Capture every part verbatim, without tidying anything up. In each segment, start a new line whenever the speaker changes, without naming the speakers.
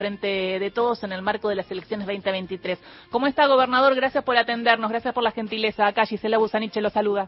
Frente de Todos en el marco de las elecciones veinte veintitrés. ¿Cómo está, gobernador? Gracias por atendernos, gracias por la gentileza. Acá Gisela Busaniche lo saluda.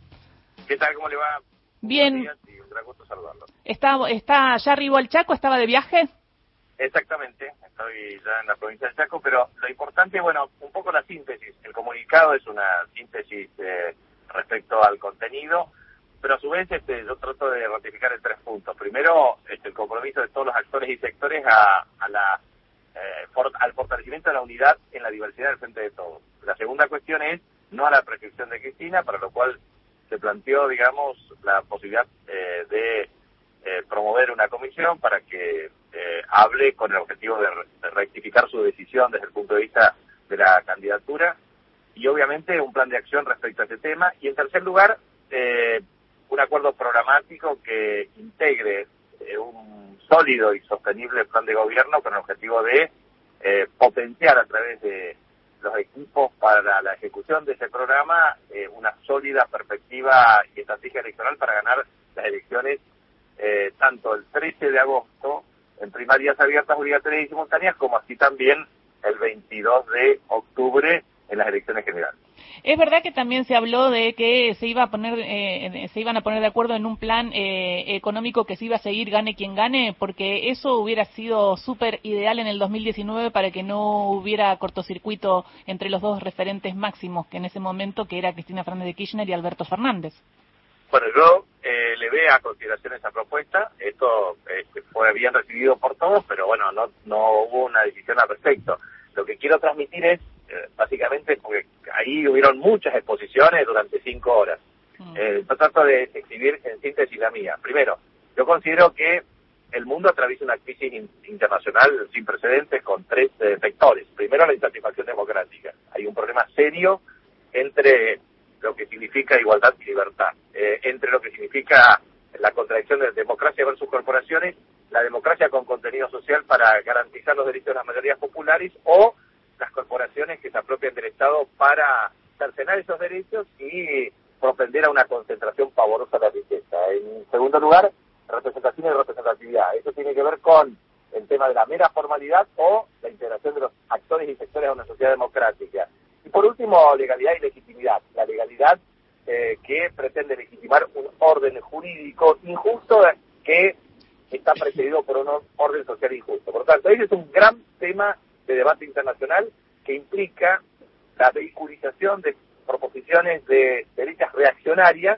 ¿Qué tal? ¿Cómo le va?
Bien.
Buenos días y un gran gusto saludarlo.
¿Está, está ya arribó al Chaco? ¿Estaba de viaje?
Exactamente, estoy ya en la provincia del Chaco, pero lo importante, bueno, un poco la síntesis. El comunicado es una síntesis eh, respecto al contenido, pero a su vez este, yo trato de ratificar en tres puntos. Primero, este, el compromiso de todos los actores y sectores a, a la, eh, for, al fortalecimiento de la unidad en la diversidad del Frente de Todos. La segunda cuestión es no a la prescripción de Cristina, para lo cual se planteó, digamos, la posibilidad eh, de eh, promover una comisión para que eh, hable con el objetivo de, re de rectificar su decisión desde el punto de vista de la candidatura y obviamente un plan de acción respecto a este tema. Y en tercer lugar, eh, un acuerdo programático que integre eh, un sólido y sostenible plan de gobierno con el objetivo de eh, potenciar a través de los equipos para la ejecución de ese programa eh, una sólida perspectiva y estrategia electoral para ganar las elecciones eh, tanto el trece de agosto en primarias abiertas, obligatorias y simultáneas, como así también el veintidós de octubre en las elecciones generales.
Es verdad que también se habló de que se iba a poner, eh, se iban a poner de acuerdo en un plan eh, económico que se iba a seguir gane quien gane, porque eso hubiera sido súper ideal en el dos mil diecinueve para que no hubiera cortocircuito entre los dos referentes máximos que en ese momento, que era Cristina Fernández de Kirchner y Alberto Fernández.
Bueno, yo eh, le ve a consideración esa propuesta. Esto este, fue bien recibido por todos, pero bueno, no, no hubo una decisión al respecto. Lo que quiero transmitir es, eh, básicamente, porque ahí hubieron muchas exposiciones durante cinco horas. Mm. Eh, yo trato de exhibir en síntesis la mía. Primero, yo considero que el mundo atraviesa una crisis in internacional sin precedentes con tres eh, vectores. Primero, la insatisfacción democrática. Hay un problema serio entre lo que significa igualdad y libertad, eh, entre lo que significa la contradicción de democracia versus corporaciones, la democracia con contenido social para garantizar los derechos de las mayorías populares, o las corporaciones que se apropian del Estado para cercenar esos derechos y propender a una concentración pavorosa de la riqueza. En segundo lugar, representación y representatividad. Eso tiene que ver con el tema de la mera formalidad o la integración de los actores y sectores de una sociedad democrática. Y por último, legalidad y legitimidad. La legalidad eh, que pretende legitimar un orden jurídico injusto que está precedido por un orden social injusto. Por lo tanto, ese es un gran tema de debate internacional que implica la vehiculización de proposiciones de derechas reaccionarias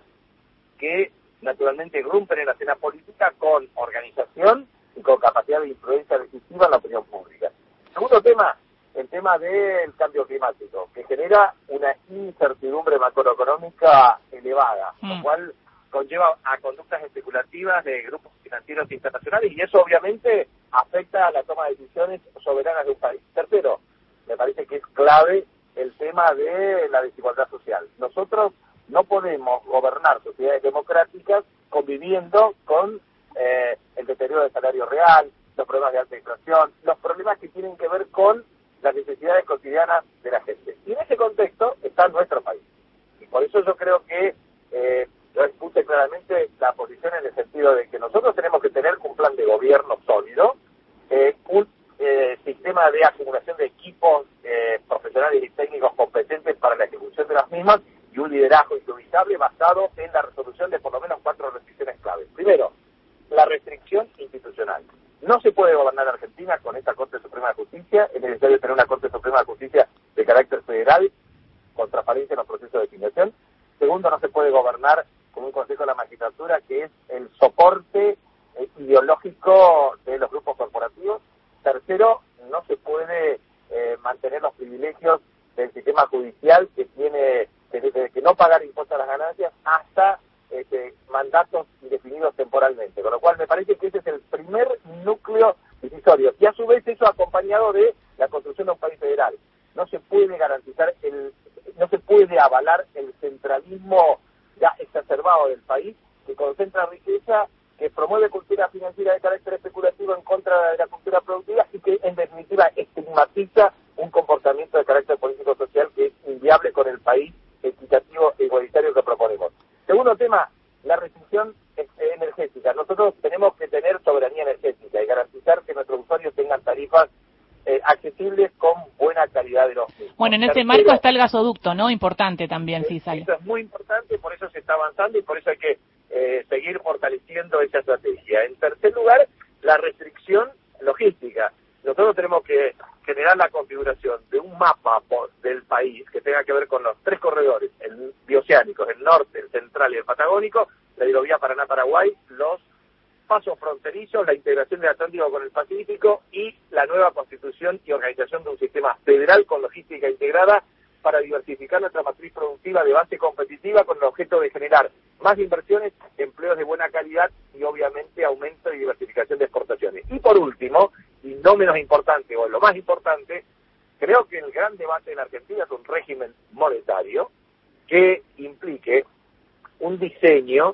que naturalmente irrumpen en la escena política con organización y con capacidad de influencia decisiva en la opinión pública. Segundo tema, el tema del cambio climático, que genera una incertidumbre macroeconómica elevada, mm. lo cual conlleva a conductas especulativas de grupos financieros internacionales y eso obviamente afecta a la toma de decisiones soberanas de un país. Tercero, me parece que es clave el tema de la desigualdad social. Nosotros no podemos gobernar sociedades democráticas conviviendo con eh, el deterioro del salario real, los problemas de alta inflación, los problemas que tienen que ver con las necesidades cotidianas de la gente. Y en ese contexto está nuestro país. Y por eso yo creo que eh, yo expuse claramente la posición en el sentido de que nosotros tenemos que tener un plan de gobierno sólido, eh, un eh, sistema de acumulación de equipos eh, profesionales y técnicos competentes para la ejecución de las mismas y un liderazgo improvisable basado en la resolución de por lo menos cuatro restricciones claves. Primero, la restricción institucional. No se puede gobernar Argentina con esta Corte Suprema de Justicia, es necesario tener una Corte Suprema de Justicia de carácter federal, con transparencia en los procesos de designación. Segundo, no se puede gobernar con un Consejo de la Magistratura que es el soporte eh, ideológico de los grupos corporativos. Tercero, no se puede eh, mantener los privilegios del sistema judicial que tiene que, que, que no pagar impuestos a las ganancias hasta este, mandatos indefinidos temporalmente. Con lo cual me parece que ese es el primer núcleo decisorio. Y a su vez eso acompañado de la construcción de un país federal. No se puede garantizar, el, no se puede avalar el centralismo ya exacerbado del país, que concentra riqueza, que promueve cultura financiera de carácter especulativo en contra de la cultura productiva y que en definitiva estigmatiza un comportamiento de carácter político-social que es inviable con el país equitativo e igualitario que proponemos. Segundo tema, la restricción energética. Nosotros tenemos que tener soberanía energética y garantizar que nuestros usuarios tengan tarifas tarifas eh, accesibles con buena calidad de los mismos.
Bueno, en ese
Tercero,
marco está el gasoducto, ¿no? Importante también, sí, sale.
Eso es muy importante, por eso se está avanzando y por eso hay que eh, seguir fortaleciendo esa estrategia. En tercer lugar, la restricción logística. Nosotros tenemos que generar la configuración de un mapa por, del país que tenga que ver con los tres corredores, el bioceánicos, el norte, el central y el patagónico, la hidrovía Paraná-Paraguay, los pasos fronterizos, la integración del Atlántico con el Pacífico y la nueva constitución y organización de un sistema federal con logística integrada para diversificar nuestra matriz productiva de base competitiva con el objeto de generar más inversiones, empleos de buena calidad y obviamente aumento y diversificación de exportaciones. Y por último, y no menos importante, o lo más importante, creo que el gran debate de la Argentina es un régimen monetario que implique un diseño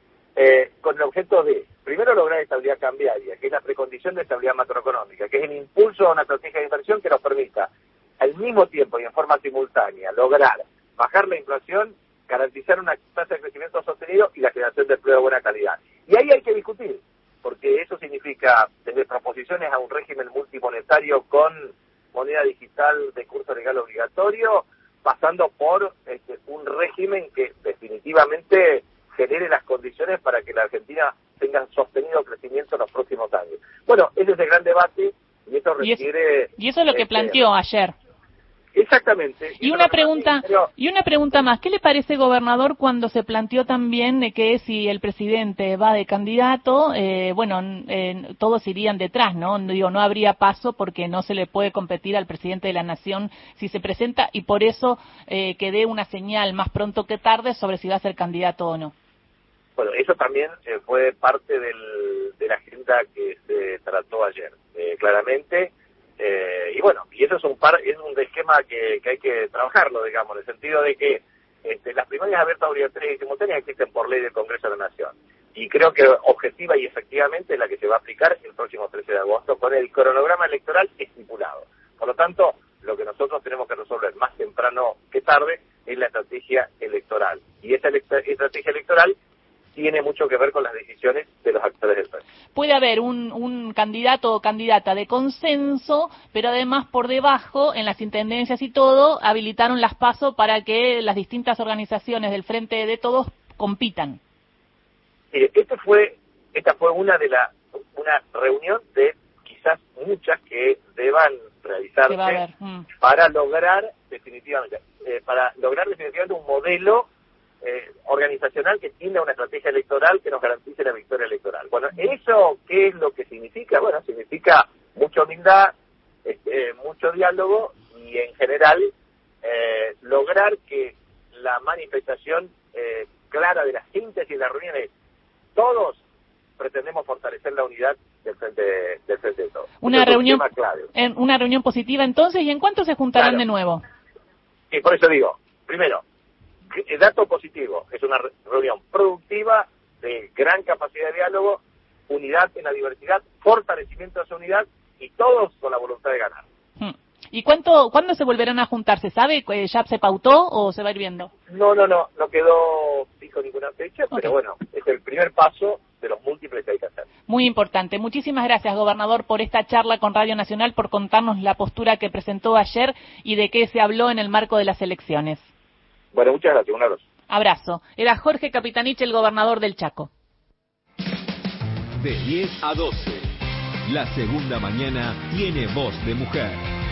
eh, con el objeto de, primero, lograr estabilidad cambiaria, que es la precondición de estabilidad macroeconómica, que es el impulso a una estrategia de inversión que nos permita, al mismo tiempo y en forma simultánea, lograr bajar la inflación, garantizar una tasa de crecimiento sostenido y la generación de empleo de buena calidad. Y ahí hay que discutir, porque eso significa desde proposiciones a un régimen multimonetario con moneda digital de curso legal obligatorio, pasando por este, un régimen que definitivamente genere las condiciones para que la Argentina tenga sostenido crecimiento en los próximos años. Bueno, ese es el gran debate y eso requiere...
Y, es, y eso es lo que este, planteó ayer.
Exactamente.
Y una pregunta y una pregunta más. ¿Qué le parece, gobernador, cuando se planteó también de que si el presidente va de candidato, eh, bueno, eh, todos irían detrás, ¿no? Digo, no habría paso porque no se le puede competir al presidente de la Nación si se presenta y por eso eh, que dé una señal más pronto que tarde sobre si va a ser candidato o no?
Bueno, eso también eh, fue parte del, de la agenda que se trató ayer, eh, claramente. Eh, y bueno, y eso es un par, es un esquema que, que hay que trabajarlo, digamos, en el sentido de que este, las primarias abiertas, obligatorias y simultáneas existen por ley del Congreso de la Nación. Y creo que objetiva y efectivamente es la que se va a aplicar el próximo trece de agosto con el cronograma electoral estipulado. Por lo tanto, lo que nosotros tenemos que resolver más temprano que tarde es la estrategia electoral. Y esa estrategia electoral tiene mucho que ver con las decisiones de los actores del país.
Puede haber un, un candidato o candidata de consenso, pero además por debajo, en las intendencias y todo, habilitaron las PASO para que las distintas organizaciones del Frente de Todos compitan.
Mire, este fue, esta fue una de la, una reunión de quizás muchas que deban realizarse
va a ver. Mm.
para lograr definitivamente, eh, para lograr definitivamente un modelo Eh, organizacional que tiene una estrategia electoral que nos garantice la victoria electoral. Bueno, ¿eso qué es lo que significa? Bueno, significa mucha humildad, este, mucho diálogo y en general eh, lograr que la manifestación eh, clara de la síntesis de las reuniones, todos pretendemos fortalecer la unidad del frente de, del frente de todos.
Una reunión, en una reunión positiva entonces, ¿y en cuánto se juntarán claro. de nuevo?
Y por eso digo, primero, el dato positivo, es una reunión productiva, de gran capacidad de diálogo, unidad en la diversidad, fortalecimiento de esa unidad y todos con la voluntad de ganar.
¿Y cuánto, cuándo se volverán a juntar? ¿Se sabe? ¿Ya se pautó o se va a ir viendo?
No, no, no, no quedó fijo ninguna fecha, okay. Pero bueno, es el primer paso de los múltiples que hay que hacer.
Muy importante. Muchísimas gracias, gobernador, por esta charla con Radio Nacional, por contarnos la postura que presentó ayer y de qué se habló en el marco de las elecciones.
Bueno, muchas gracias, un abrazo.
Abrazo. Era Jorge Capitanich, el gobernador del Chaco.
De diez a doce, la segunda mañana tiene voz de mujer.